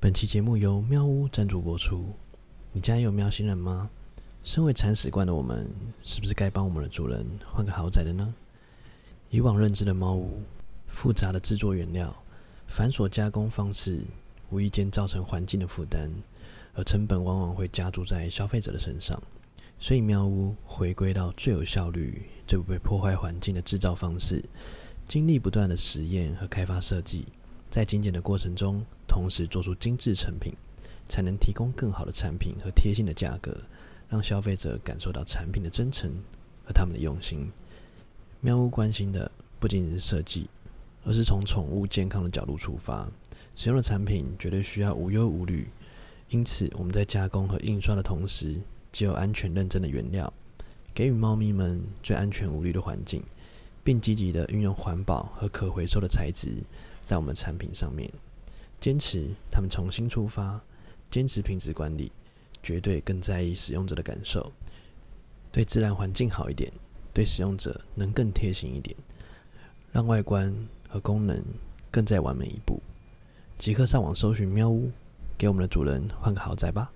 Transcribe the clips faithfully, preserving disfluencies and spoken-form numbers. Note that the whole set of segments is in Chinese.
本期节目由喵屋赞助播出。你家有喵星人吗？身为铲屎官的我们，是不是该帮我们的主人换个豪宅的呢？以往认知的猫屋，复杂的制作原料、繁琐加工方式，无意间造成环境的负担，而成本往往会加注在消费者的身上。所以喵屋回归到最有效率、最不被破坏环境的制造方式，经历不断的实验和开发设计，在精简的过程中，同时做出精致成品，才能提供更好的产品和贴心的价格，让消费者感受到产品的真诚和他们的用心。喵屋关心的不仅仅是设计，而是从宠物健康的角度出发，使用的产品绝对需要无忧无虑。因此，我们在加工和印刷的同时，既有安全认证的原料，给予猫咪们最安全无虑的环境，并积极的运用环保和可回收的材质在我们的产品上面，坚持他们重新出发，坚持品质管理，绝对更在意使用者的感受，对自然环境好一点，对使用者能更贴心一点，让外观和功能更再完美一步。即刻上网搜寻喵屋，给我们的主人换个豪宅吧。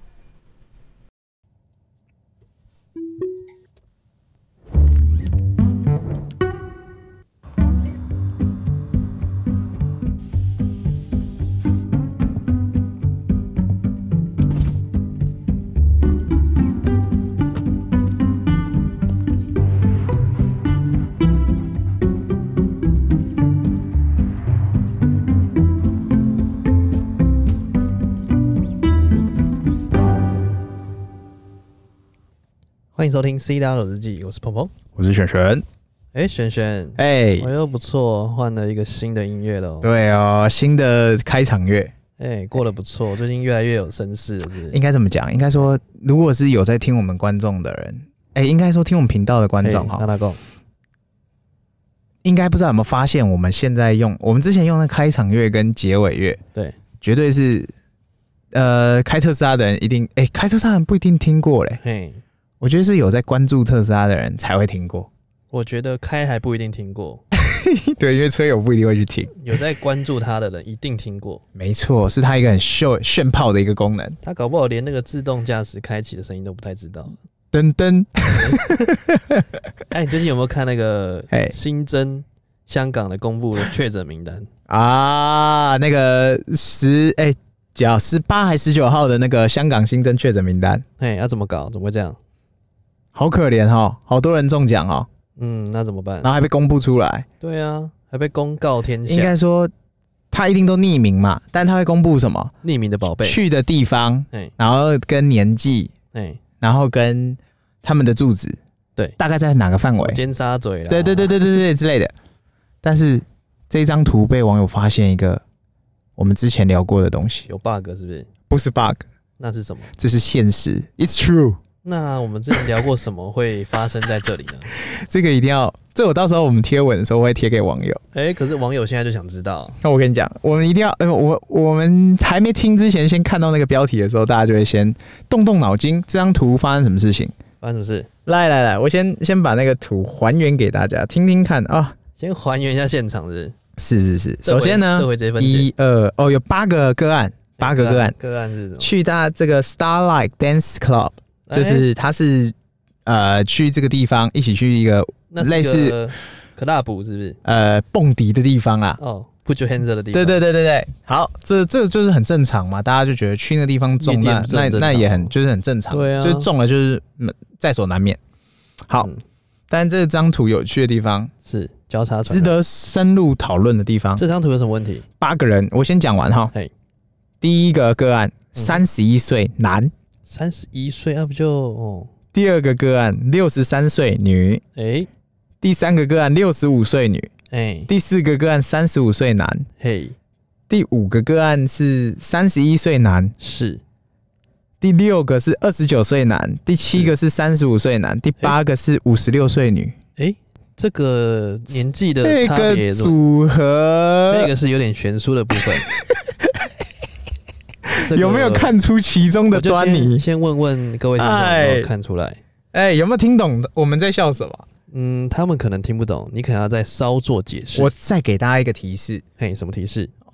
欢迎收听 C 大佬日记，我是鹏鹏， 我是璇璇。 哎，璇璇， 哎， 我又不错，换了一个新的音乐了。 对哦，新的开场乐， 哎，过得不错，最近越来越有声势了，是不是？ 应该怎么讲？应该说，如果是有在听我们观众的人，哎，应该说听我们频道的观众哈， 那他讲， 应该不知道有没有发现，我们现在用我们之前用的开场乐跟结尾乐， 对， 绝对是呃，开特斯拉的人一定，哎，开特斯拉的人不一定听过嘞。 嘿。 我觉得是有在关注特斯拉的人才会听过。 我觉得开还不一定听过。 对，因为车友不一定会去听。 有在关注他的人一定听过。 没错，是他一个很炫炫炮的一个功能。 他搞不好连那个自动驾驶开启的声音都不太知道。 噔噔。 哎，你最近有没有看那个新增香港的公布的确诊名单啊？那个十哎。叫十八还十九号的那个香港新增确诊名单， 哎，要怎么搞？怎么会这样？ 好可怜哦，好多人中奖哦。 嗯，那怎么办？ 然后还被公布出来。 对啊，还被公告天下。 应该说，他一定都匿名嘛，但他会公布什么？ 匿名的宝贝去的地方，然后跟年纪，然后跟他们的住址， 对， 大概在哪个范围？ 尖沙咀啦， 对对对对对对之类的。但是这张图被网友发现一个。我们之前聊过的东西有 bug 是不是？ 不是 bug， 那是什么？ 这是现实 ，It's true。 那我们之前聊过什么会发生在这里呢？ 这个一定要，这我到时候我们贴文的时候会贴给网友。 哎、欸，可是网友现在就想知道。 那我跟你讲，我们一定要，呃，我我们还没听之前，先看到那个标题的时候，大家就会先动动脑筋，这张图发生什么事情？ 发生什么事？ 来来来，我先先把那个图还原给大家听听看啊。 先还原一下现场是不是？ 是是是，首先呢， 这回直接分一二哦，有八个个案，八个个案， 个案是什么？ 去大这个 Starlight Dance Club， 就是他是呃去这个地方一起去一个类似 club 是不是？ 呃蹦迪的地方啦。 哦 ，Put your hands up 的地方。 对对对对对，好，这这就是很正常嘛，大家就觉得去那个地方中那那那也很就是很正常， 对啊， 就是中了就是在所难免。好，嗯、但这张图有趣的地方是。交叉值得深入讨论的地方。 这张图有什么问题？ 八个人，我先讲完哈。第一个个案，三十一岁男， 三十一岁啊，不就哦？ 第二个个案，六十三岁女，哎、欸。第三个个案，六十五岁女，哎、欸。第四个个案，三十五岁男，嘿。第五个个案是三十一岁男， 是。 第六个是二十九岁男，第七个是三十五岁男，第八个是五十六岁女，哎、欸。 这个年纪的差别这个组合， 这个是有点悬殊的部分。这个、 有没有看出其中的端倪？ 先, 先问问各位听众有没有看出来？ 哎、欸，有没有听懂我们在笑什么？ 嗯，他们可能听不懂，你可能要再稍作解释。 我再给大家一个提示， 嘿，什么提示？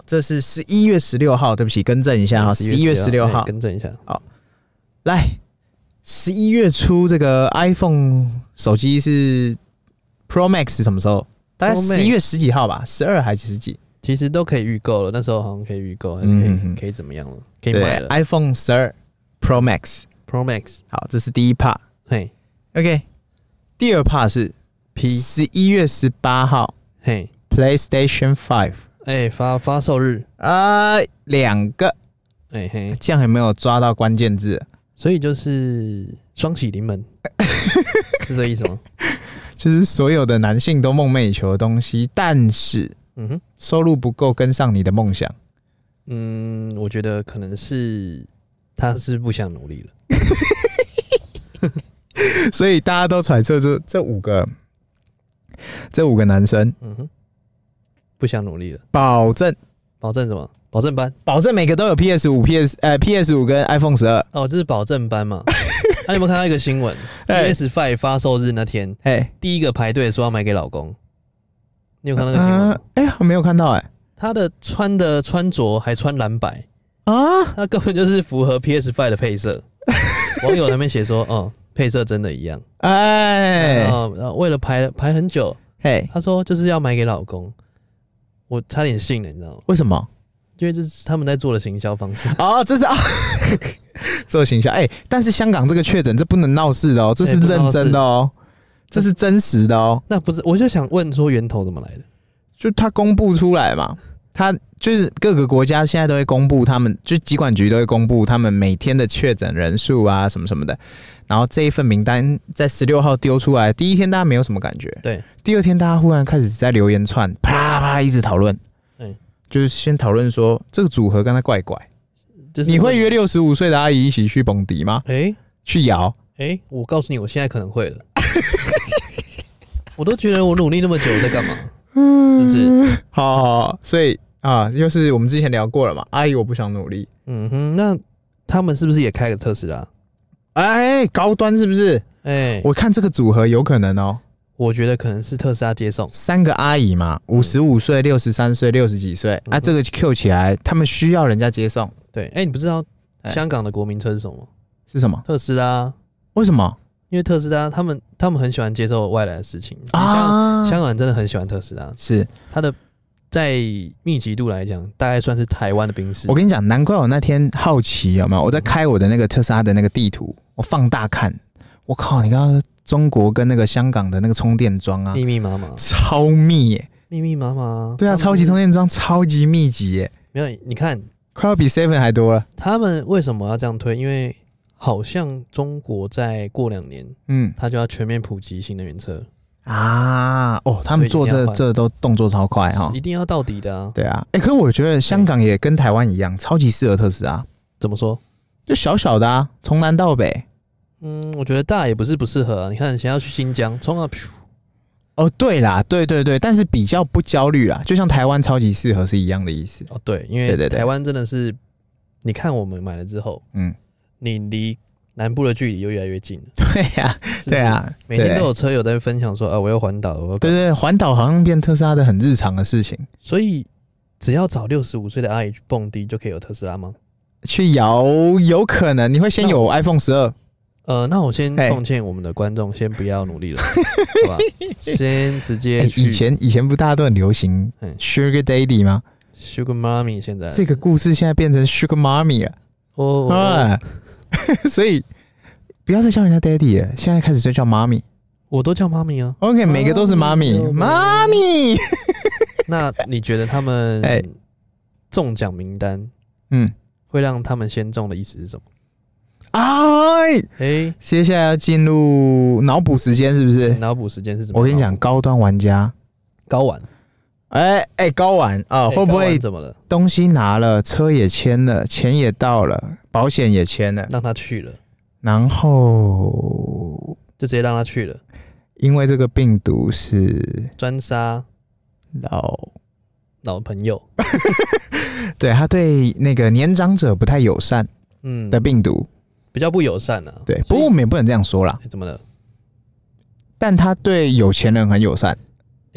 这是十一月十六号，对不起，更正一下哈，十一月十六号， 更正一下。 好，来，十一月初这个 iPhone 手机是 Pro Max 什么时候？大概十一月十几号吧，十二还是十几？ 其实都可以预购了，那时候好像可以预购，还是可以、嗯、可以怎么样了？可以买了。 iPhone 十二 Pro Max，Pro Max。 好，这是第一 part。嘿 ，OK， 第二 part 是 P 十一月十八号，嘿 ，PlayStation 五。 哎、欸，发发售日啊，两、呃、个，哎、欸、嘿，这样有没有抓到关键字？ 所以就是双喜临门，是这意思吗？ 就是所有的男性都梦寐以求的东西，但是，嗯哼，收入不够跟上你的梦想。 嗯，我觉得可能是他是不想努力了，所以大家都揣测这这五个，这五个男生，嗯哼。 不想努力了， 保证， 保证什么？保证班， 保证每个都有 P S 五、P S 呃 P S 五跟 iPhone 十二。 哦，这是保证班嘛？那、啊、你有没有看到一个新闻 ？P S 五 发售日那天，哎，第一个排队说要买给老公。你有看到那个新闻吗？ 哎、呃，欸、没有看到哎、欸。 他的穿的穿着还穿蓝白啊，他根本就是符合 P S 五 的配色。网友那边写说，哦，配色真的一样。哎，然后为了排排很久，嘿，他说就是要买给老公。我差点信了，你知道吗？ 为什么？ 因为这是他们在做的行销方式。 哦，这是啊，做行销。哎、欸，但是香港这个确诊，这不能闹事的哦，这是认真的哦，欸、这是真实的哦。 那不是，我就想问说源头怎么来的？ 就他公布出来嘛，他就是各个国家现在都会公布他们，就疾管局都会公布他们每天的确诊人数啊，什么什么的。然后这一份名单在十六号丢出来，第一天大家没有什么感觉， 对。 第二天大家忽然开始在留言串，啪啪一直讨论，对，就是先讨论说这个组合刚才怪怪，就是你会约六十五岁的阿姨一起去蹦迪吗？哎、欸，去摇？ 哎、欸，我告诉你，我现在可能会了。我都觉得我努力那么久在干嘛？是不是？ 好好好，所以啊，就是我们之前聊过了嘛，阿姨我不想努力。 嗯哼，那他们是不是也开个特斯拉？ 哎、欸，高端是不是？哎、欸，我看这个组合有可能哦。 我觉得可能是特斯拉接送三个阿姨嘛，五十五岁、六十三岁、六十几岁、嗯，啊，这个 Q 起来，他们需要人家接送。 对，哎、欸，你不知道香港的国民车是什么吗？ 是什么？ 特斯拉。 为什么？ 因为特斯拉他们他们很喜欢接受外来的事情啊，像香港人真的很喜欢特斯拉， 是它的在密集度来讲，大概算是台湾的宾士。 我跟你讲，难怪我那天好奇有没有？我在开我的那个特斯拉的那个地图，我放大看，我靠，你看中国跟那个香港的那个充电桩啊， 密密麻麻， 超密耶、欸， 密密麻麻。 对啊，超级充电桩超级密集耶、欸， 没有，你看， 快要比 seven 还多了。 他们为什么要这样推？因为好像中国再过两年，嗯，他就要全面普及新能源车啊！哦，他们做这这都动作超快哈， 一定要到底的啊！ 对啊，哎、欸，可是我觉得香港也跟台湾一样，超级适合特斯拉。 怎么说？ 就小小的啊，从南到北。 嗯，我觉得大也不是不适合啊。你看，想要去新疆，冲啊！ 哦，对啦，对对对，但是比较不焦虑啊，就像台湾超级适合是一样的意思。 哦，对，因为台湾真的是，你看我们买了之后，嗯。你离南部的距离又越来越近了。 对呀、啊，对啊， 每天都有车友在分享说啊，我要环岛了。 对对，环岛好像变特斯拉的很日常的事情。 所以只要找六十五岁的阿姨去蹦迪就可以有特斯拉吗？ 去摇有可能，你会先有 iPhone 十二。 呃，那我先奉劝我们的观众先不要努力了，好吧？先直接去、 欸。以前以前不大家都很流行 Sugar Daddy 吗 ？Sugar Mommy 现在这个故事现在变成 Sugar Mommy 了。哦。啊所以不要再叫人家 daddy 了，现在开始就叫妈咪。 我都叫妈咪啊。 OK， 每个都是妈咪，妈咪。 那你觉得他们中奖名单，嗯，会让他们先中的意思是什么？ 哎，哎，接下来要进入脑补时间，是不是？ 脑补时间是什么？ 我跟你讲，高端玩家， 高玩。 哎、欸、哎、欸，高玩啊、哦欸，会不会怎么了？ 东西拿了，车也签了，钱也到了，保险也签了， 让他去了， 然后就直接让他去了， 因为这个病毒是专杀老老朋友， 对他对那个年长者不太友善，嗯的病毒、嗯、 比较不友善啊。 对，不过我们也不能这样说啦。 欸、怎么了？ 但他对有钱人很友善。 哎、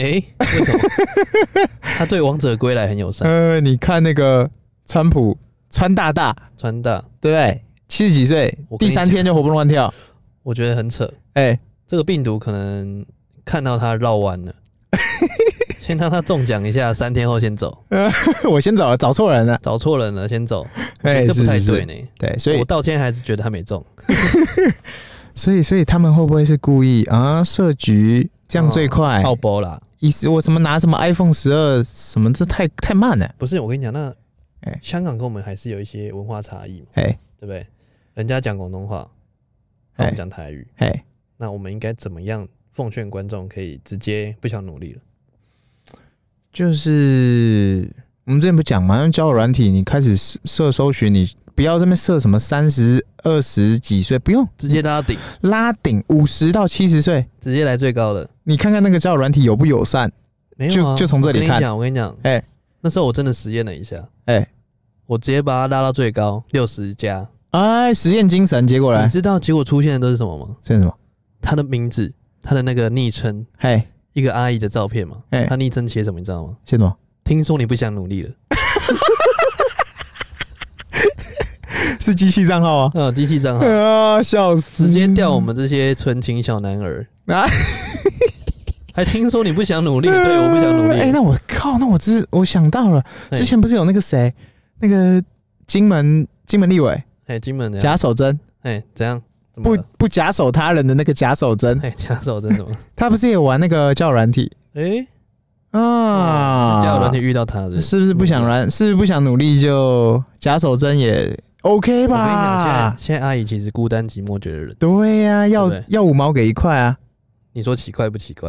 哎、欸，为什么？他对王者归来很友善。 呃，你看那个川普，川大大， 川大， 对不对？七十几岁，第三天就活蹦乱跳， 我觉得很扯。 哎、欸， 这个病毒可能看到他绕弯了，先让他中奖一下，三天后先走。 我先走了，找错人了， 找错人了，先走。 哎、欸， 这不太对呢。 对，所以我到现在还是觉得他没中。 所以，所以他们会不会是故意啊？设局这样最快？ 奥波啦， 意思我什么拿什么 iPhone 十二什么，这太太慢了。 不是，我跟你讲，那、欸、香港跟我们还是有一些文化差异嘛， 哎、欸， 对不对？人家讲广东话，我们讲台语， 哎、欸， 那我们应该怎么样奉劝观众可以直接不想努力了？ 就是我们之前不讲嘛，用交友软体，你开始设搜寻，你不要这边设什么三十二十几岁，不用直接拉顶， 拉顶五十到七十岁， 直接来最高的。 你看看那个交友软体友不友善？ 没有、啊， 就就从这里看。 我跟你讲，哎、欸，那时候我真的实验了一下， 哎、欸， 我直接把它拉到最高六十加。 哎，实验精神，结果来， 你知道结果出现的都是什么吗？ 是什么？ 他的名字，他的那个昵称， 嘿， 一个阿姨的照片嘛，他昵称写什么你知道吗？ 写什么？ 听说你不想努力了。 是机器账号啊？ 嗯，机器账号啊，笑死！ 直接钓我们这些纯情小男儿啊！还听说你不想努力，对，我不想努力。 哎、欸，那我靠，那我知我想到了，之前不是有那个谁，那个金门金门立委， 哎、欸，金门假手真， 哎、欸，怎样？ 不不假手他人的那个假手真， 哎、欸，假手真什么？ 他不是也玩那个交友软体？ 哎、欸。 啊， 交友软体遇到他的， 是不是不想软？是不是不想努力就假手真也 OK 吧？ 我跟你讲，现在现在阿姨其实孤单寂寞觉得人。 对呀、啊，要对对要五毛给一块啊！ 你说奇怪不奇怪？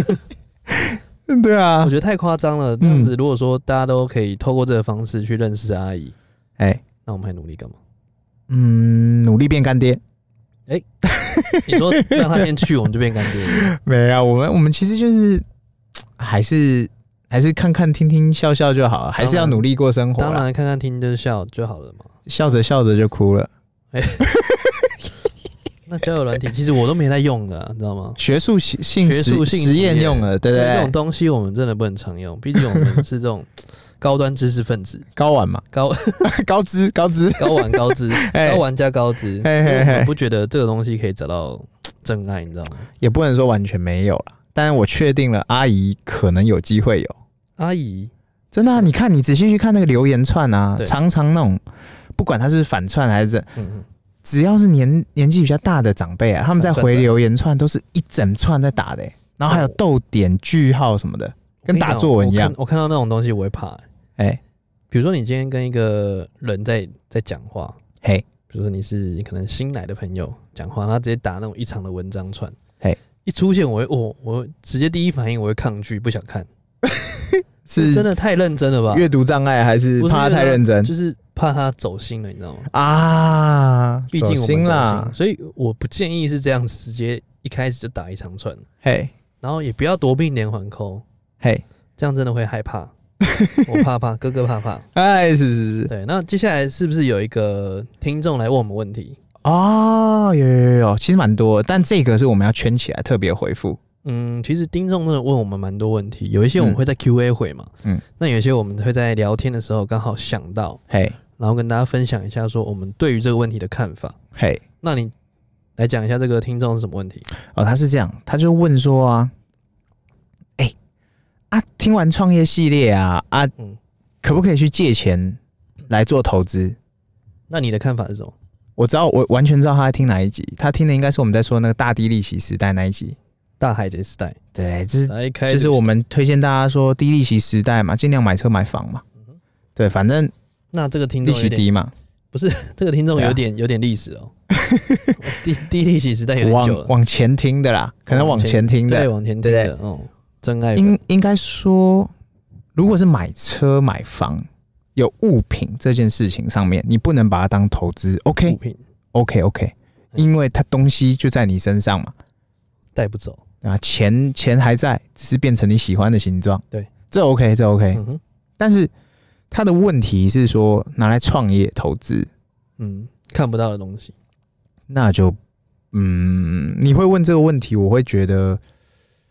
对啊， 我觉得太夸张了。这样子，如果说大家都可以透过这个方式去认识阿姨，哎、欸，那我们还努力干嘛？ 嗯，努力变干爹。 哎、欸，你说让他先去，我们就变干爹？ 没啊，我们我们其实就是。还是还是看看听听笑笑就好，还是要努力过生活。 当然，看看听就笑就好了嘛。 笑着笑着就哭了。哎、欸， 那交友软体其实我都没在用的、啊，你知道吗？ 学术性、 学术性实验用的，对不对？ 这种东西我们真的不能常用，毕竟我们是这种高端知识分子， 高玩嘛， 高高知高知高玩高知高玩加高知， 嘿嘿嘿， 我们不觉得这个东西可以找到真爱，你知道吗？ 也不能说完全没有啦。但是我确定了，阿姨可能有机会有。 阿姨， 真的啊！你看，你仔细去看那个留言串啊，常常那种，不管他是反串还是，嗯嗯，只要是年年纪比较大的长辈啊，他们在回留言串都是一整串在打的、欸，然后还有逗点、句号什么的，跟打作文一样。 我 看, 我看到那种东西我会怕、欸，哎、欸，比如说你今天跟一个人在在讲话， 嘿， 比如说你是可能新来的朋友讲话，他直接打那种一长的文章串， 嘿。 一出现我会我我直接第一反应我会抗拒，不想看，是真的太认真了吧？ 阅读障碍还是怕他太认真？ 就是怕他走心了，你知道吗？ 啊， 毕竟我们走心啦， 所以我不建议是这样直接一开始就打一长串， 嘿， 然后也不要夺命连环扣， 嘿， 这样真的会害怕，我怕怕，哥哥怕怕， 哎，是是是， 对。那接下来是不是有一个听众来问我们问题？ 哦，有有有，其实蛮多，但这个是我们要圈起来特别回复。 嗯，其实听众真的问我们蛮多问题，有一些我们会在 Q A 回嘛，嗯，那有一些我们会在聊天的时候刚好想到，嘿，然后跟大家分享一下说我们对于这个问题的看法，嘿，那你来讲一下这个听众是什么问题？ 哦，他是这样，他就问说啊，哎、欸、啊，听完创业系列啊啊、嗯，可不可以去借钱来做投资？ 那你的看法是什么？ 我知道，我完全知道他在听哪一集。他听的应该是我们在说那个大低利息时代那一集， 大海贼时代。 对，就是就是我们推荐大家说低利息时代嘛，尽量买车买房嘛。嗯、对，反正那这个听众利息低嘛， 不是这个听众有点、啊、有点历史哦。低低利息时代有点久了， 往往前听的啦，可能往前听的， 对，往前听的。哦，真爱应应该说，如果是买车买房。有物品这件事情上面，你不能把它当投资 ，OK？ 物品 ，OK OK， 因为它东西就在你身上嘛， 带不走啊，钱钱还在，只是变成你喜欢的形状。 对， 这 OK， 这 OK、 嗯。 但是它的问题是说拿来创业投资， 嗯，看不到的东西， 那就嗯，你会问这个问题，我会觉得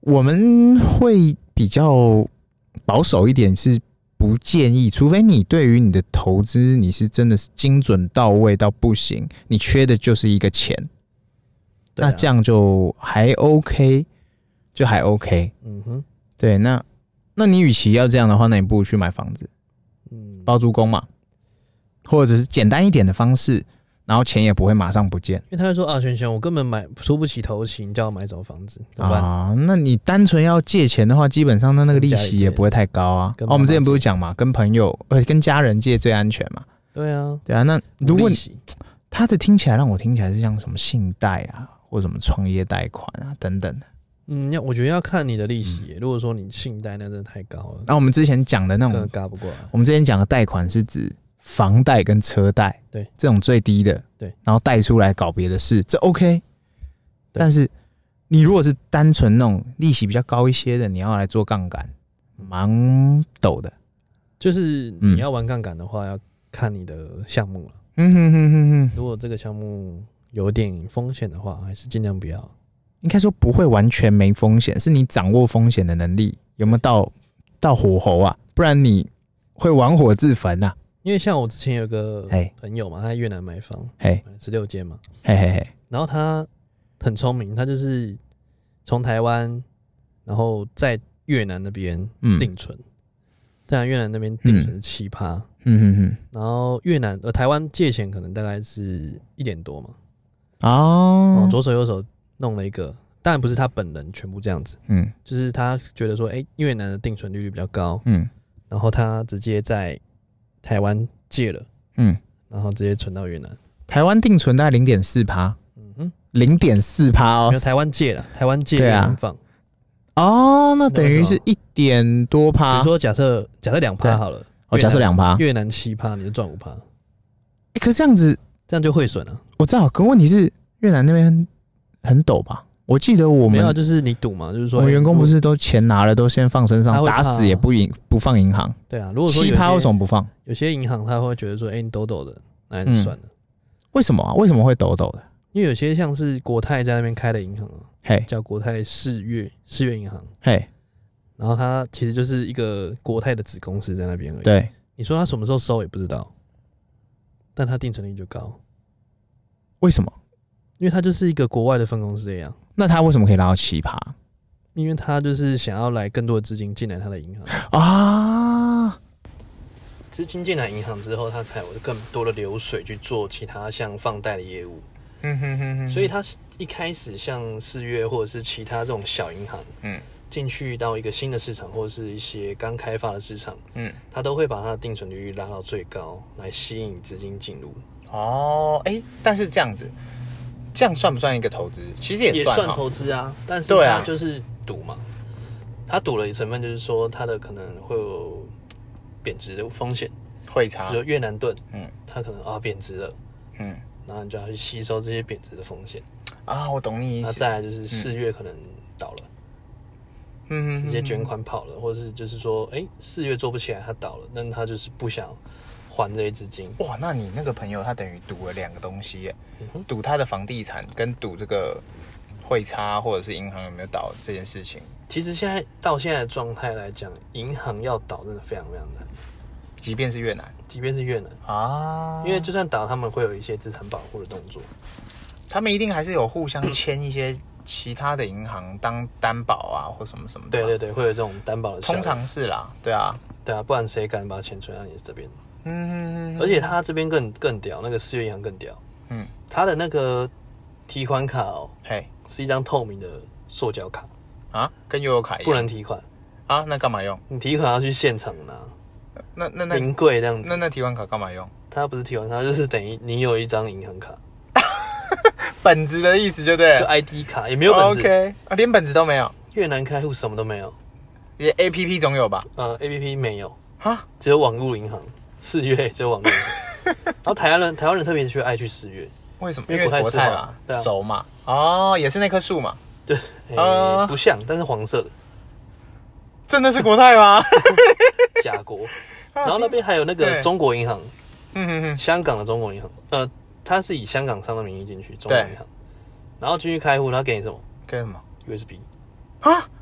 我们会比较保守一点，是不建议，除非你对于你的投资你是真的是精准到位到不行，你缺的就是一个钱，啊、那这样就还 OK， 就还 OK。嗯哼，对，那那你与其要这样的话，那你不如去买房子，嗯，包租公嘛，或者是简单一点的方式。然后钱也不会马上不见， 因为他会说啊，璇璇，我根本买出不起头期，你叫我买什么房子？怎么办啊？那你单纯要借钱的话，基本上那那个利息也不会太高啊。哦，我们之前不是讲嘛，跟朋友呃跟家人借最安全嘛。 对啊， 对啊。那如果他的听起来让我听起来是像什么信贷啊，或者什么创业贷款啊等等的。 嗯，要我觉得要看你的利息、嗯。如果说你信贷那真的太高了， 那、啊、我们之前讲的那种， 嘎不过来。 我们之前讲的贷款是指。房贷跟车贷， 对这种最低的， 对， 然后贷出来搞别的事，这 OK。但是你如果是单纯那种利息比较高一些的，你要来做杠杆，蛮陡的。 就是你要玩杠杆的话，嗯、要看你的项目了。嗯哼哼哼哼。如果这个项目有点风险的话，还是尽量不要。 应该说不会完全没风险，是你掌握风险的能力有没有到到火候啊？不然你会玩火自焚啊。 因为像我之前有个朋友嘛，他在越南买房，十六间嘛， 嘿嘿嘿， 然后他很聪明，他就是从台湾，然后在越南那边定存，在、嗯、越南那边定存是七趴，嗯嗯嗯，然后越南呃台湾借钱可能大概是一点多嘛，哦，左手右手弄了一个，当然不是他本人全部这样子，嗯，就是他觉得说，哎、欸，越南的定存利率比较高，嗯，然后他直接在台湾借了，嗯，然后直接存到越南。 台湾定存大概零点四趴，嗯哼，零点四趴哦。 没有台湾借了，台湾借越南放。 哦，那等于是一点多趴。 比如说假设假设两趴好了， 哦，假设两趴， 越南七趴，你就赚五趴。 哎，可是这样子， 这样就汇损了。 我知道，可问题是越南那边很陡吧？我记得我们没有，就是你赌嘛，就是说， 我们员工不是都钱拿了都先放身上，打死也不银不放银行。 对啊，如果说七趴为什么不放？ 有些银行他会觉得说，哎、欸，你抖抖的，那还是算了、嗯。 为什么啊？为什么会抖抖的？ 因为有些像是国泰在那边开的银行啊，嘿，叫国泰世越世越银行，嘿，然后它其实就是一个国泰的子公司在那边而已。 对， 你说他什么时候收也不知道，但他定存率就高。 为什么？ 因为他就是一个国外的分公司一样。 那他为什么可以拉到七趴？ 因为他就是想要来更多的资金进来他的银行啊， 资金进来银行之后，他才有更多的流水去做其他像放贷的业务。嗯哼哼哼，所以他一开始像世越或者是其他这种小银行，嗯，进去到一个新的市场或者是一些刚开发的市场，嗯，他都会把他的定存利率拉到最高，来吸引资金进入。 哦，哎、欸，但是这样子。这样算不算一个投资？其实也算， 也算投资啊，但是它就是赌嘛。它赌了的成分就是说，它的可能会有贬值的风险， 汇差。 比如说越南盾，嗯，它可能啊贬值了，嗯，然后你就要去吸收这些贬值的风险啊。我懂你意思。 那再来就是世越可能倒了，嗯，直接卷款跑了，或者是就是说，哎、欸，世越做不起来，它倒了，但他就是不想还这些资金。 哇，那你那个朋友他等于赌了两个东西耶，赌、嗯、他的房地产跟赌这个汇差或者是银行有没有倒这件事情。 其实现在到现在的状态来讲，银行要倒真的非常非常难， 即便是越南， 即便是越南啊，因为就算倒，他们会有一些资产保护的动作， 他们一定还是有互相签一些其他的银行当担保啊，或什么什么的。 对对对，会有这种担保的效应。 通常是啦，对啊， 对啊，不然谁敢把钱存到你这边？嗯，而且他这边更更屌，那个世越银行更屌。嗯，他的那个提款卡哦，嘿，是一张透明的塑胶卡啊，跟悠游卡一样， 不能提款啊？那干嘛用？ 你提款要去现场拿， 那那那临柜这样子。 那那提款卡干嘛用？ 它不是提款卡，就是等于你有一张银行卡， 本子的意思就对了， 就 I D 卡也没有本子 ，OK 啊，连本子都没有。 越南开户什么都没有， 也 A P P 总有吧？ 呃 ，A P P 没有哈，只有网络银行。世越只有网络银行，然后台湾人台湾人特别去爱去世越， 为什么？因为国泰嘛，啊、熟嘛，哦，也是那棵树嘛， 对，欸呃、不像，但是黄色的， 真的是国泰吗？ 假国，然后那边还有那个中国银行，嗯哼哼，香港的中国银行，呃，它是以香港商的名义进去，中国银行，然后进去开户，他给你什么？ 给什么 ？U S B 啊？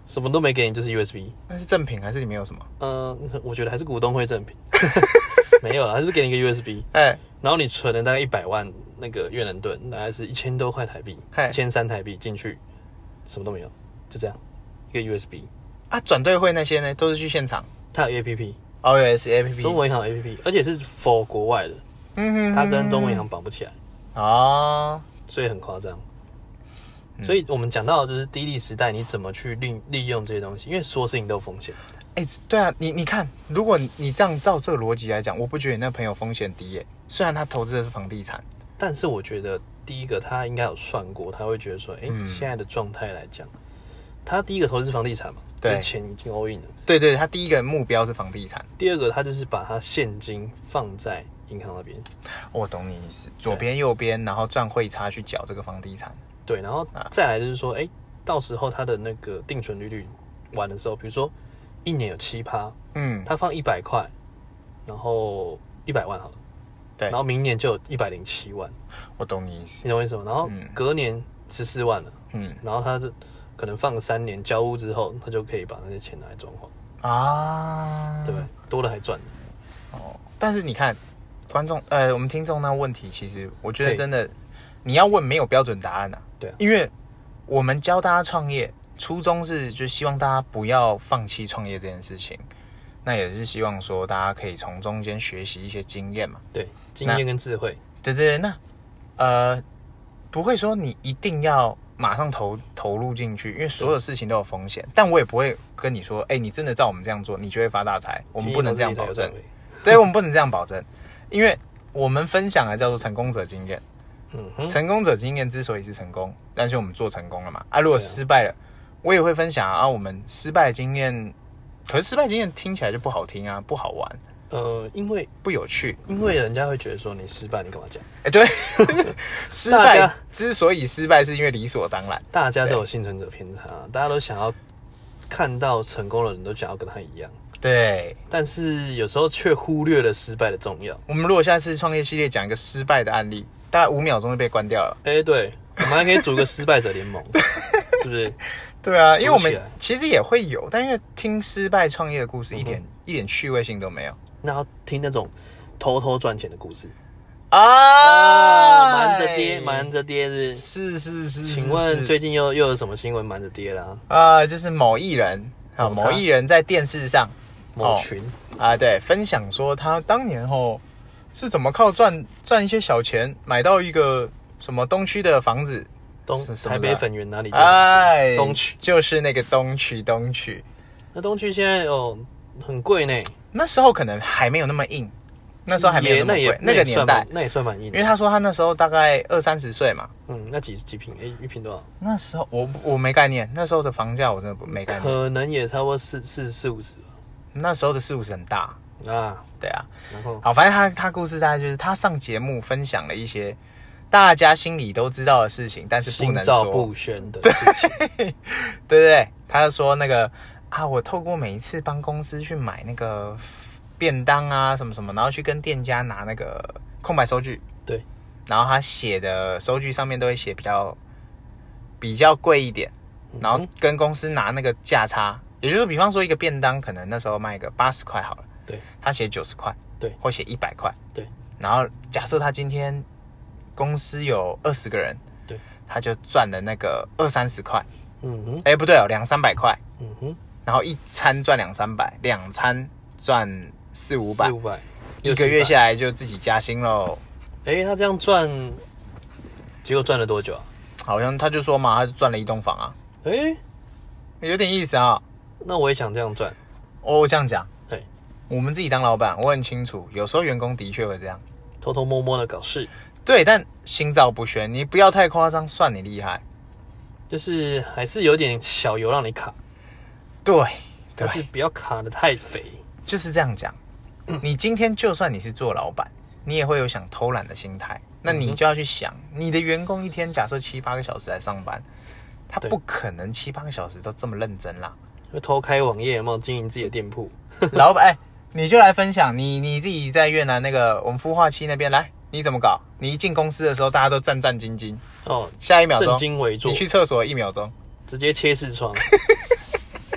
什么都没给你，就是 U S B。 那是赠品还是里面有什么？ 嗯、呃，我觉得还是股东会赠品。没有啦，还是给你一个 U S B。 哎， 然后你存了大概一百万那个越南盾，大概是一千多块台币，一千三台币进去，什么都没有，就这样一个 U S B。 啊，转兑会那些呢，都是去现场。 它有 A P P， 哦，有 S A P P， 中国银行有 A P P， 而且是 for 国外的，嗯哼，它跟中国银行绑不起来，哦，所以很夸张。所以我们讲到的就是低利时代，你怎么去利利用这些东西，因为所有事情都有风险。 哎、欸，对啊，你你看，如果你这样照这个逻辑来讲，我不觉得你那朋友风险低耶。虽然他投资的是房地产， 但是我觉得第一个他应该有算过，他会觉得说，哎、欸嗯，现在的状态来讲，他第一个投资是房地产嘛，对，钱已经 all in 了。 对对，他第一个目标是房地产。 第二个，他就是把他现金放在银行那边。 我懂你意思，左边右边，然后赚汇差去缴这个房地产。 对，然后再来就是说，哎、欸，到时候他的那个定存利率完的时候，比如说一年有七趴，嗯，他放一百块，然后一百万好了，对，然后明年就有一百零七万。 我懂你意思， 你懂我意思吗？然后隔年十四万了，嗯，然后他就可能放三年交屋之后，他就可以把那些钱拿来装潢啊，对不对？多了还赚。 哦，但是你看，观众呃，我们听众那问题，其实我觉得真的，你要问没有标准答案啊。 对啊， 因为我们教大家创业，初衷是就希望大家不要放弃创业这件事情，那也是希望说大家可以从中间学习一些经验嘛。 对，经验跟智慧。 对对对，那呃，不会说你一定要马上投投入进去，因为所有事情都有风险。但我也不会跟你说，哎、欸，你真的照我们这样做，你就会发大财。我们不能这样保证，对，我们不能这样保证，因为我们分享的叫做成功者经验。嗯，成功者经验之所以是成功，但是我们做成功了嘛。啊，如果失败了，我也会分享啊。我们失败的经验，可是失败经验听起来就不好听啊，不好玩。 呃，因为不有趣， 因为人家会觉得说你失败，你干嘛讲？ 哎、欸，对，失败之所以失败，是因为理所当然。 大家都有幸存者偏差，大家都想要看到成功的人都想要跟他一样。 对， 但是有时候却忽略了失败的重要。 我们如果下次创业系列讲一个失败的案例。大概五秒钟就被关掉了。 哎、欸，对，我们还可以组个失败者联盟，是不是？ 对啊，因为我们其实也会有，但因为听失败创业的故事一点、嗯、一点趣味性都没有。 那要听那种偷偷赚钱的故事啊，瞒着爹，瞒着爹是是是是。 请问最近又又有什么新闻瞒着爹啦？ 啊、呃，就是某艺人啊，某艺人在电视上某群啊、哦呃，对，分享说他当年后。是怎么靠赚赚一些小钱买到一个什么东区的房子？ 东台北粉圆哪里？ 哎， 东区就是那个东区，东区。 那东区现在哦很贵呢。 那时候可能还没有那么硬，那时候还没有那么贵。那个年代那也算蛮硬的。 因为他说他那时候大概二三十岁嘛。 嗯，那几几坪？哎，一坪多少？ 那时候我我没概念，那时候的房价我真的没概念。 可能也差不多四四四五十吧。 那时候的四五十很大。 啊， 对啊， 然后好，反正他他故事大概就是他上节目分享了一些大家心里都知道的事情，但是不能说， 心照不宣的事情， 对对对，他就说那个啊，我透过每一次帮公司去买那个便当啊什么什么，然后去跟店家拿那个空白收据， 对， 然后他写的收据上面都会写比较比较贵一点，然后跟公司拿那个价差，也就是比方说一个便当可能那时候卖个八十块好了。 对， 他写九十块， 对， 或写一百块， 对。 然后假设他今天公司有二十个人， 对， 他就赚了那个二三十块， 嗯哼， 哎、欸、不对哦，两三百块， 嗯哼。 然后一餐赚两三百，两餐赚四五百， 四五百， 一个月下来就自己加薪喽。 哎、欸，他这样赚，结果赚了多久啊？ 好像他就说嘛，他就赚了一栋房啊。 哎、欸， 有点意思啊。 那我也想这样赚。 哦，这样讲。 对。 我们自己当老板，我很清楚，有时候员工的确会这样偷偷摸摸的搞事。 对，但心照不宣，你不要太夸张，算你厉害。 就是还是有点小油让你卡。 对， 但是不要卡得太肥。 就是这样讲、嗯。你今天就算你是做老板，你也会有想偷懒的心态，那你就要去想，嗯、你的员工一天假设七八个小时来上班，他不可能七八个小时都这么认真啦。 会偷开网页，有没有经营自己的店铺？ 老板，哎、欸，你就来分享你你自己在越南那个我们孵化器那边来，你怎么搞？你一进公司的时候，大家都战战兢兢哦，下一秒钟正襟危坐， 你去厕所一秒钟， 直接切视窗。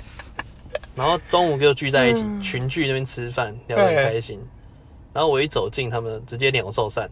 然后中午就聚在一起，嗯、群聚那边吃饭，聊得很开心。然后我一走近，他们直接鸟兽散。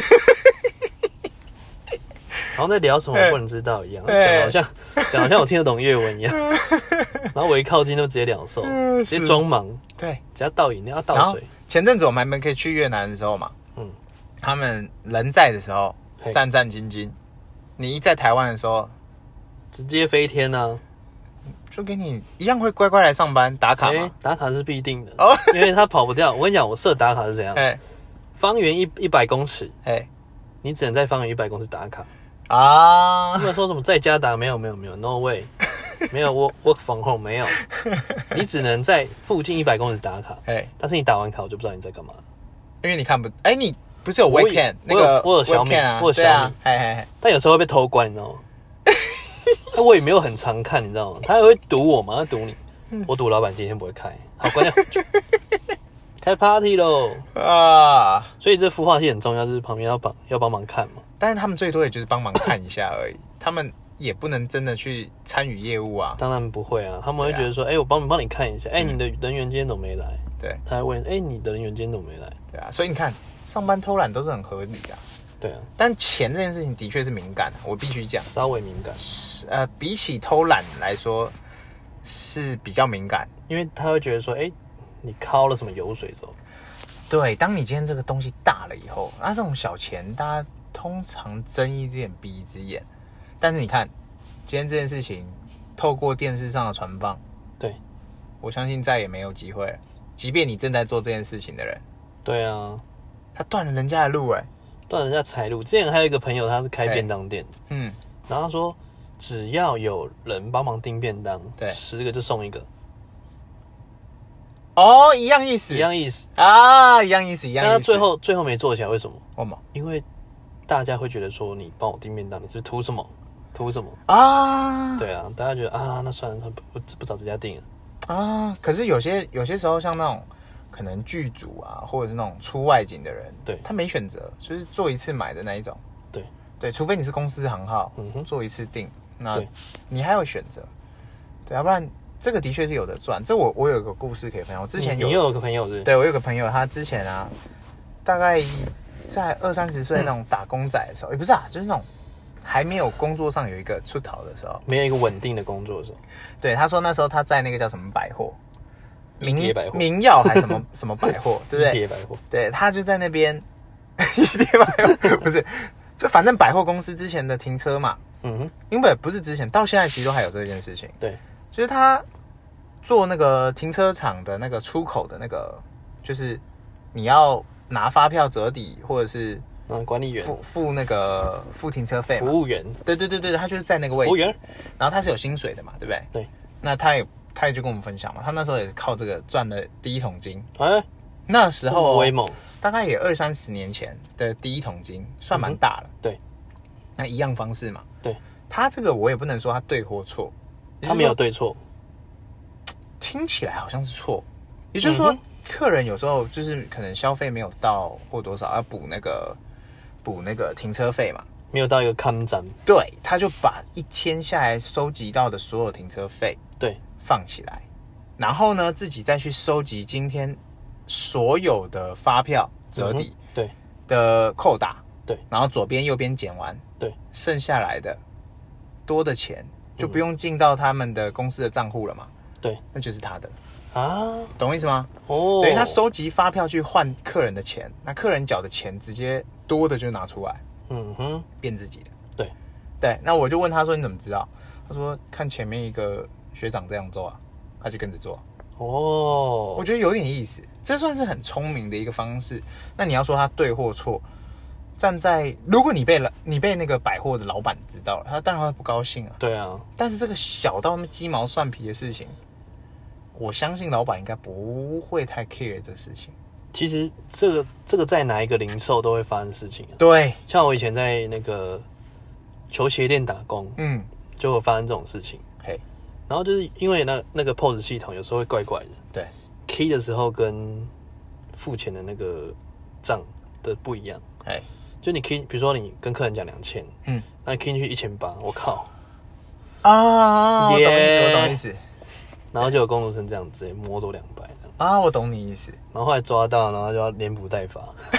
然后在聊什么我不能知道一样，讲好像讲好像我听得懂粤文一样。然后我一靠近就直接两手，直接装忙。对，只要倒饮料要倒水。 前阵子我们还可以去越南的时候嘛，嗯，他们人在的时候战战兢兢，你一在台湾的时候直接飞天啊， 就给你一样会乖乖来上班打卡嘛、欸。 打卡是必定的哦，因为他跑不掉。我跟你讲，我设打卡是怎样？哎、欸，方圆一一百公尺，哎、欸，你只能在方圆一百公尺打卡。啊！他们说什么在家打？没有没有没有 ，no way， 没有 work work from home 没有，你只能在附近一百公尺打卡。哎，但是你打完卡，我就不知道你在干嘛， 因为你看不，哎、欸，你不是有 webcam 那个我有小米，我有小米，嘿嘿嘿，但有时候会被偷关，你知道吗？那我也没有很常看，你知道吗？他还会堵我吗？他堵你，我赌老板今天不会开，好关掉。开 party 咯啊！所以这孵化器很重要，就是旁边要帮要帮忙看嘛。 但是他们最多也就是帮忙看一下而已，他们也不能真的去参与业务啊。 当然不会啊，他们会觉得说，哎、啊欸，我帮你帮你看一下，哎、欸，你的人员今天怎么没来？对，他还问，哎、欸，你的人员今天怎么没来？ 对啊，所以你看，上班偷懒都是很合理的、啊。对啊，但钱这件事情的确是敏感、啊，我必须讲， 稍微敏感。 呃，比起偷懒来说是比较敏感， 因为他会觉得说，哎、欸。你敲了什么油水走？ 对，当你今天这个东西大了以后，那、啊、这种小钱，大家通常睁一只眼闭一只眼。但是你看，今天这件事情透过电视上的传放，对，我相信再也没有机会了。即便你正在做这件事情的人， 对啊， 他断了人家的路、欸，哎， 断了人家财路。之前还有一个朋友，他是开便当店，嗯，然后他说，只要有人帮忙订便当，对，十个就送一个。 哦，一样意思， 一样意思啊，一样意思，一样意思。 但他最后最后没做起来，为什么？ 为什么？ 因为大家会觉得说，你帮我订便当，你是不是图什么？图什么啊？对啊，大家觉得啊，那算了，不不不找这家订了啊。可是有些有些时候，像那种可能剧组啊，或者是那种出外景的人，对，他没选择，就是做一次买的那一种。对对，除非你是公司行号，嗯哼，做一次订，那你还有选择，对，要不然。这个的确是有的赚，这我我有个故事可以分享。我之前有你有个朋友是不是？ 对，我有个朋友，他之前啊，大概在二三十岁那种打工仔的时候，也、嗯欸、不是啊，就是那种还没有工作上有一个出头的时候， 没有一个稳定的工作的时候。 对，他说那时候他在那个叫什么百货， 名铁百货、 名药还是什么什么百货，对不对？ 一叠百货。 对，他就在那边一叠百货，不是，就反正百货公司之前的停车嘛，嗯哼，因为不是之前，到现在其实都还有这件事情。对。就是他做那个停车场的那个出口的那个，就是你要拿发票折抵，或者是嗯管理员付付那个付停车费， 服务员， 对对对对，他就是在那个位置，服务员，然后他是有薪水的嘛，对不对？对，那他也他也就跟我们分享嘛，他那时候也是靠这个赚了第一桶金，哎、欸，那时候威猛， 大概也二三十年前的第一桶金，算蛮大了、嗯，对，那一样方式嘛，对，他这个我也不能说他对或错。 他没有对错， 听起来好像是错。也就是说，嗯、客人有时候就是可能消费没有到或多少要补那个补那个停车费嘛， 没有到一个看站， 对，他就把一天下来收集到的所有停车费，对，放起来，然后呢自己再去收集今天所有的发票折抵，嗯、对的扣打，对，然后左边右边减完，对，剩下来的多的钱。就不用进到他们的公司的账户了嘛？对，那就是他的啊，懂我意思吗？哦，对，他收集发票去换客人的钱，那客人缴的钱直接多的就拿出来，嗯哼，变自己的。对，对，那我就问他说你怎么知道？他说看前面一个学长这样做啊，他就跟着做。哦，我觉得有点意思，这算是很聪明的一个方式。那你要说他对或错？站在如果你被你被那个百货的老板知道了，他当然会不高兴啊。对啊，但是这个小到那么鸡毛蒜皮的事情，我相信老板应该不会太 care 这事情。 其实这个这个在哪一个零售都会发生事情啊。 对， 像我以前在那个球鞋店打工，嗯，就会发生这种事情。嘿，然后就是因为那那个 P O S 系统有时候会怪怪的，对 ，key 的时候跟付钱的那个账的不一样，哎。就你 key， 比如说你跟客人讲两千，嗯，那你 key 进去一千八，我靠， 啊， yeah, 我懂意思，我懂意思。 然后就有工读生这样直接摸走两百啊，我懂你意思。 然后后来抓到，然后就要连补带罚。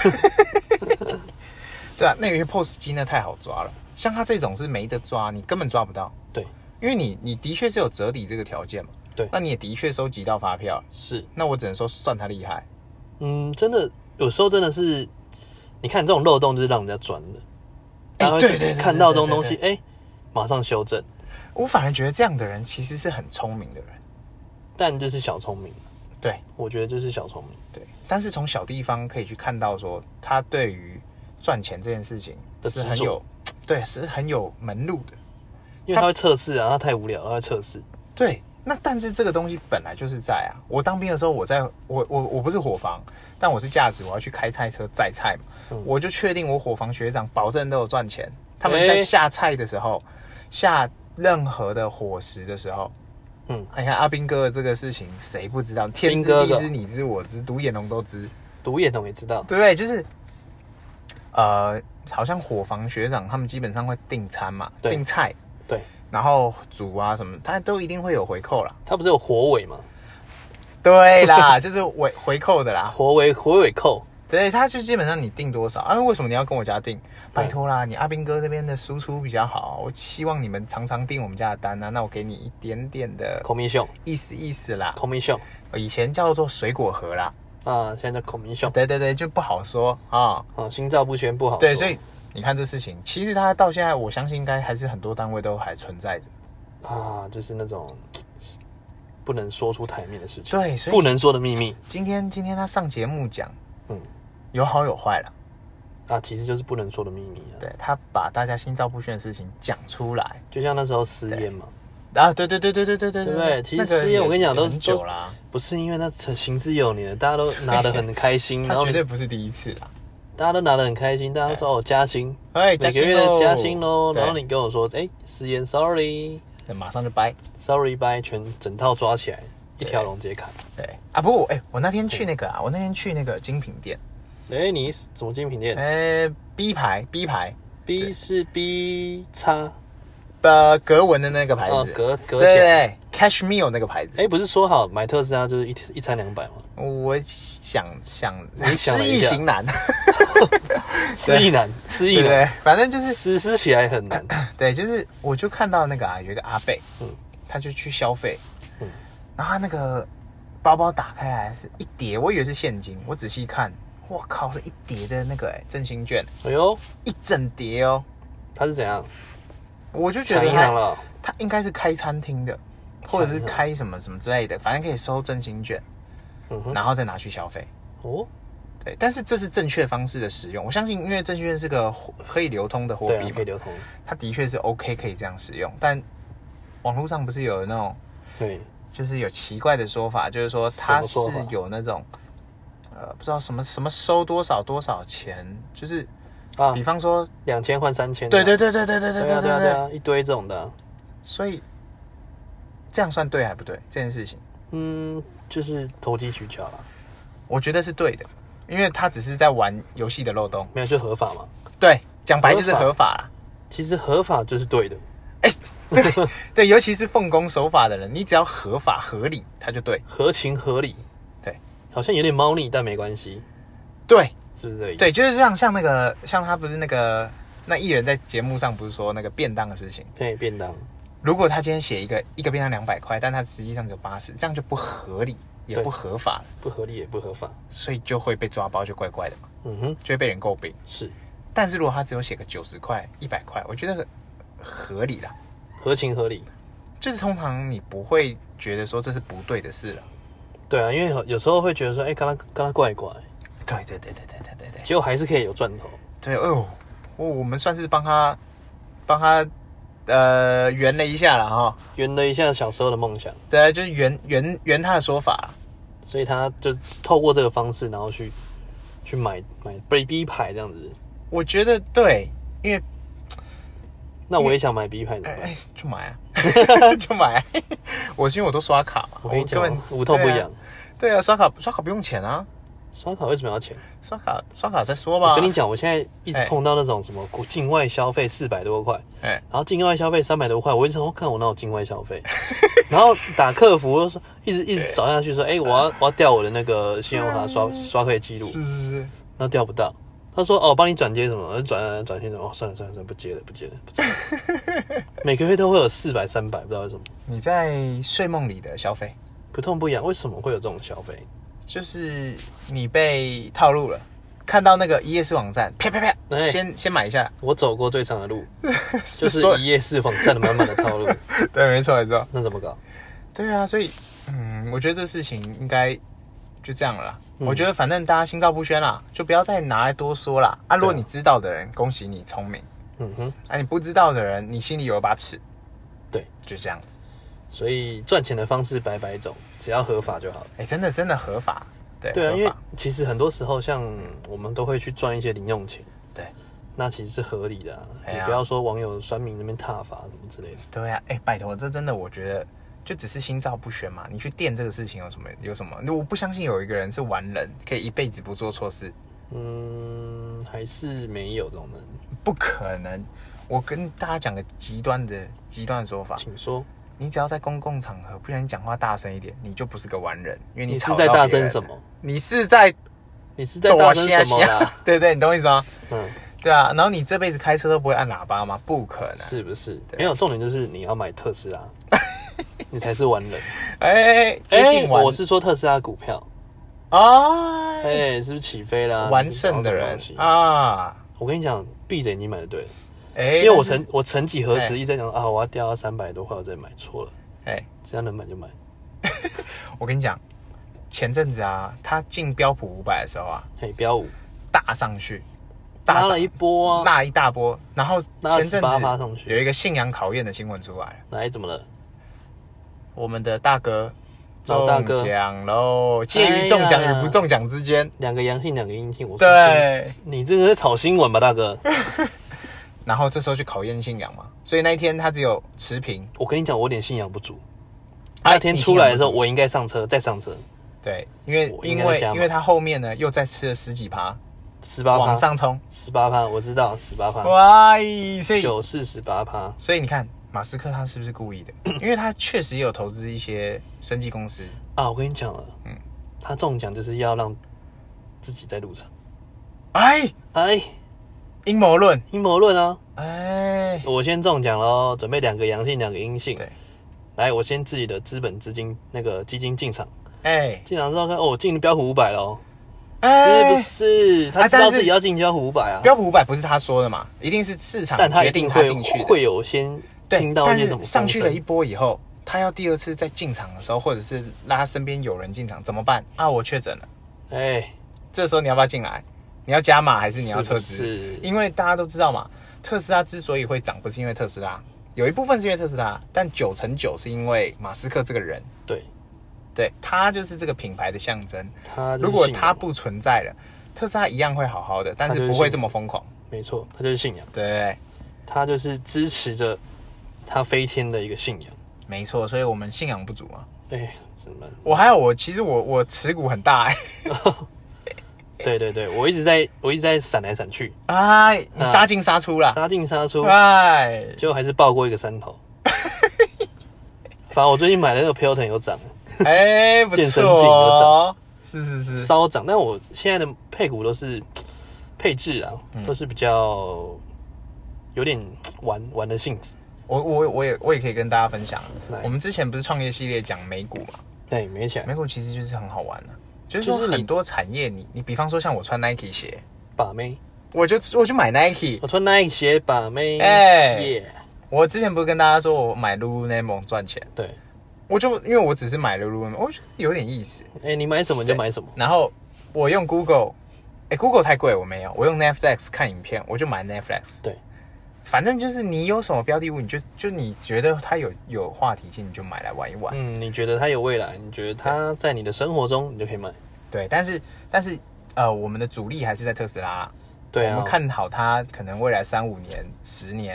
对啊，那个 P O S 机呢太好抓了，像他这种是没得抓，你根本抓不到。 对， 因为你你的确是有折抵这个条件嘛。 对， 那你也的确收集到发票， 是。 那我只能说算他厉害。 嗯，真的有时候真的是，你看这种漏洞就是让人家钻的。 哎、欸，对对对， 看到这种东西，哎、欸，马上修正。 我反而觉得这样的人其实是很聪明的人， 但就是小聪明。 对， 我觉得就是小聪明。 对，但是从小地方可以去看到说，他对于赚钱这件事情是很有，对，是很有门路的。 因为他会测试啊，他太无聊了，他会测试。 对，那但是这个东西本来就是在啊。我当兵的时候，我在我我我不是伙房，但我是驾驶，我要去开菜车载菜嘛，嗯、我就确定我伙房学长保证都有赚钱。他们在下菜的时候，欸、下任何的伙食的时候。嗯，你看阿兵哥的这个事情，谁不知道？天知地知，你知我知，独眼龙都知， 独眼龙也知道， 对不对？就是，呃，好像伙房学长他们基本上会订餐嘛，订菜， 对， 然后煮啊什么，他都一定会有回扣啦。 他不是有火尾吗？ 对啦，就是回回扣的啦， 火尾火尾扣。 对，他就基本上你订多少啊？为什么你要跟我家订？拜托啦，你阿兵哥这边的输出比较好，我希望你们常常订我们家的单啊。那我给你一点点的 commission， 意思意思啦 ，commission， 以前叫做水果盒啦， 啊，现在叫 commission。 对对对，就不好说啊， 啊，心照不宣不好说。 对，所以你看这事情，其实他到现在，我相信应该还是很多单位都还存在着啊，就是那种不能说出台面的事情， 对，所以不能说的秘密。 今天今天他上节目讲，嗯，有好有坏了。 啊，其实就是不能说的秘密啊。 对，他把大家心照不宣的事情讲出来， 就像那时候私烟嘛。 啊，对对对对对对对， 对不对？其实私烟我跟你讲都是久啦，不是因为他行之有年，大家都拿得很开心， 他绝对不是第一次啦。 大家都拿得很开心，大家都说哦加薪， 哎， 每个月的加薪喽。然后你跟我说，哎，私烟 ，sorry， 马上就掰 ，sorry 掰，全整套抓起来，一条龙直接砍。 对啊，不过哎，我那天去那个啊，我那天去那个精品店。 哎、欸，你什么精品店？ 呃 ，B 牌 ，B 牌 ，B 是 B 叉， 呃，格纹的那个牌子， 哦、格格对对 ，Cashmere 那个牌子。 哎、欸，不是说好买特斯拉就是一一餐两百吗？ 我想想， 失意型男， 失意男，失意男， 对，反正就是实施起来很难。 对，就是我就看到那个啊，有一个阿伯，嗯，他就去消费，嗯，然后他那个包包打开来是一叠，我以为是现金，我仔细看。我靠，是一叠的那个哎、欸，振兴券， 哎呦， 一整叠哦。 他是怎样？ 我就觉得他他应该是开餐厅的，或者是开什么什么之类的，反正可以收振兴券，嗯哼，然后再拿去消费。哦，对，但是这是正确方式的使用，我相信，因为振兴券是个可以流通的货币嘛， 可以流通， 它的确是 OK 可以这样使用，但网络上不是有那种， 对， 就是有奇怪的说法，就是说它是有那种。呃，不知道什么什么收多少多少钱，就是啊，比方说两千换三千， 对对对对对对对对对对啊，一堆这种的、啊， 所以这样算对还不对？这件事情， 嗯，就是投机取巧啦。 我觉得是对的，因为他只是在玩游戏的漏洞， 没有就合法嘛。 对，讲白就是合法啦。 其实合法就是对的， 哎、欸，对对，尤其是奉公守法的人，你只要合法合理，他就对， 合情合理。好像有点猫腻，但没关系。 对， 是不是这个意思？ 对，就是像像那个，像他不是那个那艺人在节目上不是说那个便当的事情？ 对，便当。 如果他今天写一个一个便当两百块，但他实际上只有八十，这样就不合理，也不合法了。 不合理也不合法， 所以就会被抓包，就怪怪的嘛。嗯哼，就会被人诟病。 是， 但是如果他只有写个九十块、一百块，我觉得合理啦， 合情合理。 就是通常你不会觉得说这是不对的事了。 对啊，因为有时候会觉得说，哎、欸，跟他跟他怪怪。 对对对对对对对对。 结果还是可以有赚头。 对，哎呦，我我们算是帮他帮他呃圆了一下了哈， 圆了一下小时候的梦想。 对，就是圆圆圆他的说法， 所以他就透过这个方式，然后去去买买 B 牌这样子。 我觉得对，因为那我也想买 B 牌的，哎、 欸欸，就买啊，就买、啊。我是因为我都刷卡嘛， 我跟你讲，无痛不痒。 对啊，刷卡刷卡不用钱啊。 刷卡为什么要钱？ 刷卡刷卡再说吧。 我跟你讲，我现在一直碰到那种什么境外消费四百多块，哎，然后境外消费三百多块，我一直想看我哪有境外消费，然后打客服就说一直一直找下去说，哎、欸，我要我要调我的那个信用卡刷刷费记录， 是是是， 那调不到。他说：“哦，我帮你转接什么？转转接什么？哦，算了算了算了，不接了，不接了，不接了。每个月都会有四百、三百，不知道为什么。 你在睡梦里的消费不痛不痒，为什么会有这种消费？ 就是你被套路了，看到那个一页式网站，啪啪啪，欸、先先买一下。 我走过最长的路，就是一页式网站的满满的套路。 对，没错没错。 那怎么搞？ 对啊，所以嗯，我觉得这事情应该。”就这样了啦、嗯，我觉得反正大家心照不宣啦，就不要再拿来多说啦。啊，如果你知道的人，恭喜你聪明。嗯哼，啊，你不知道的人，你心里有一把尺。 对， 就这样子。 所以赚钱的方式百百种，只要合法就好了。 哎、欸，真的真的合法。对对啊，因为其实很多时候，像我们都会去赚一些零用钱。 对， 那其实是合理的、啊。你、啊、不要说网友酸民那边挞伐什么之类的。 对啊，哎、欸，拜托，这真的我觉得。就只是心照不宣嘛，你去垫这个事情有什么有什么？我不相信有一个人是完人，可以一辈子不做错事。 嗯，还是没有这种人， 不可能。我跟大家讲个极端的极端的说法， 请说。 你只要在公共场合不小心讲话大声一点，你就不是个完人，因为你你是在大声什么？ 你是在你是在大声什么啦？ 对对，你懂我意思吗？ 嗯， 对啊。然后你这辈子开车都不会按喇叭吗？不可能， 是不是？没有，重点就是你要买特斯拉。你才是完人， 哎、欸，接近完、欸。 我是说特斯拉股票， 啊， 哎、欸，是不是起飞啦？ 完胜的人啊！ 我跟你讲，闭着眼睛买的对了， 哎、欸， 因为我曾我曾几何时一直在讲、欸、啊，我要掉到三百多块，我再买，错了，哎、欸，只要能买就买。 我跟你讲，前阵子啊，他进标普五百的时候啊， 嘿，标五大上去， 拉了一波啊， 拉一大波，然后前阵子上去有一个信仰考验的新闻出来了， 来，怎么了？我们的大哥中奖喽！介于中奖与不中奖之间， 两个阳性，两个阴性。我说对， 你这个在炒新闻吧，大哥？ 然后这时候去考验信仰嘛，所以那一天他只有持平。 我跟你讲，我有点信仰不足。那天出来的时候，我应该上车，再上车。 对，因为因为因为他后面呢又再吃了十几趴， 十八趴往上冲， 十八趴，我知道十八趴。 哇，所以九四十八趴， 所以你看。马斯克他是不是故意的？因为他确实也有投资一些生技公司啊。我跟你讲了，嗯，他中奖就是要让自己在路上。 哎哎， 阴谋论， 阴谋论啊！ 哎， 我先中奖咯，准备两个阳性，两个阴性。 对， 来，我先自己的资本资金那个基金进场。 哎， 进场之后看，哦，进标普五百咯。哎，是不是？他知道自己要进标普五百啊？ 标普五百不是他说的嘛？一定是市场决定他进去的， 会有先。听到一些什么上去了一波以后，他要第二次再进场的时候，或者是拉他身边有人进场，怎么办啊？我确诊了， 哎、欸， 这时候你要不要进来？你要加码还是你要撤资？ 是， 因为大家都知道嘛，特斯拉之所以会涨，不是因为特斯拉，有一部分是因为特斯拉，但九成九是因为马斯克这个人。 对， 对，他就是这个品牌的象征。 他如果他不存在了，特斯拉一样会好好的，但是不会这么疯狂。 没错，他就是信仰。 对， 他就是支持着。他飞天的一个信仰， 没错，所以我们信仰不足嘛。 哎、欸，怎么？ 我还有我，其实我我持股很大哎、 欸。对对对，我一直在我一直在闪来闪去。 哎，你杀进杀出啦， 杀进杀出。 哎， 结果还是爆过一个山头。反正我最近买的那个 Peloton 有涨， 哎、欸，不错、哦， 健身镜有涨， 是是是， 稍涨。但我现在的配股都是配置啊，嗯、都是比较有点玩玩的性质。 我我我也我也可以跟大家分享，我们之前不是创业系列讲美股嘛？ 对，美起来， 美股其实就是很好玩的、啊，就是说很多产业你，你你比方说像我穿 Nike 鞋， 把妹， 我就我就买 Nike， 我穿 Nike 鞋把妹， 哎、欸 yeah ，我之前不是跟大家说我买 Lululemon 赚钱， 对， 我就因为我只是买 Lululemon，我觉得有点意思， 哎、欸，你买什么你就买什么， 然后我用 Google， 哎、欸、，Google 太贵我没有，我用 Netflix 看影片，我就买 Netflix， 对。 反正就是你有什么标的物，你就就你觉得它有有话题性，你就买来玩一玩。 嗯，你觉得它有未来，你觉得它在你的生活中，你就可以买。 对，但是但是呃，我们的主力还是在特斯拉啦。 对啊， 我们看好它可能未来三五年、十年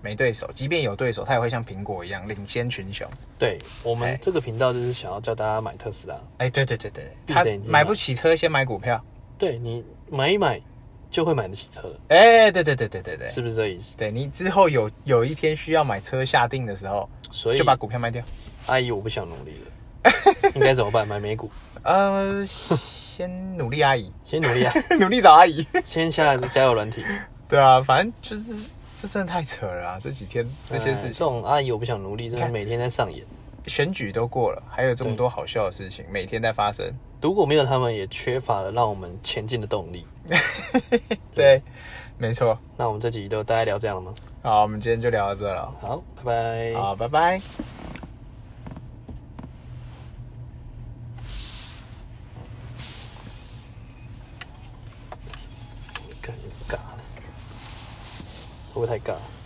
没对手，即便有对手，它也会像苹果一样领先群雄。 对，我们这个频道就是想要教大家买特斯拉。 哎，对对对对，他买不起车，先买股票。 对，你买一买就会买得起车了。 哎，对对对对对对， 是不是这意思？ 对，你之后有有一天需要买车下定的时候，所以就把股票卖掉。 阿姨，我不想努力了，应该怎么办？买美股？ 呃，先努力，阿姨， 先努力啊， 努力找阿姨， 先下加油软体。 对啊，反正就是这真的太扯了啊！这几天这些事情， 这种阿姨我不想努力，真的每天在上演。 选举都过了，还有这么多好笑的事情每天在发生。 如果没有他们，也缺乏了让我们前进的动力。 对，没错。 那我们这集就大概聊这样了吗？ 好，我们今天就聊到这了。 好，拜拜。 好，拜拜。 干尬了，会不会太尬？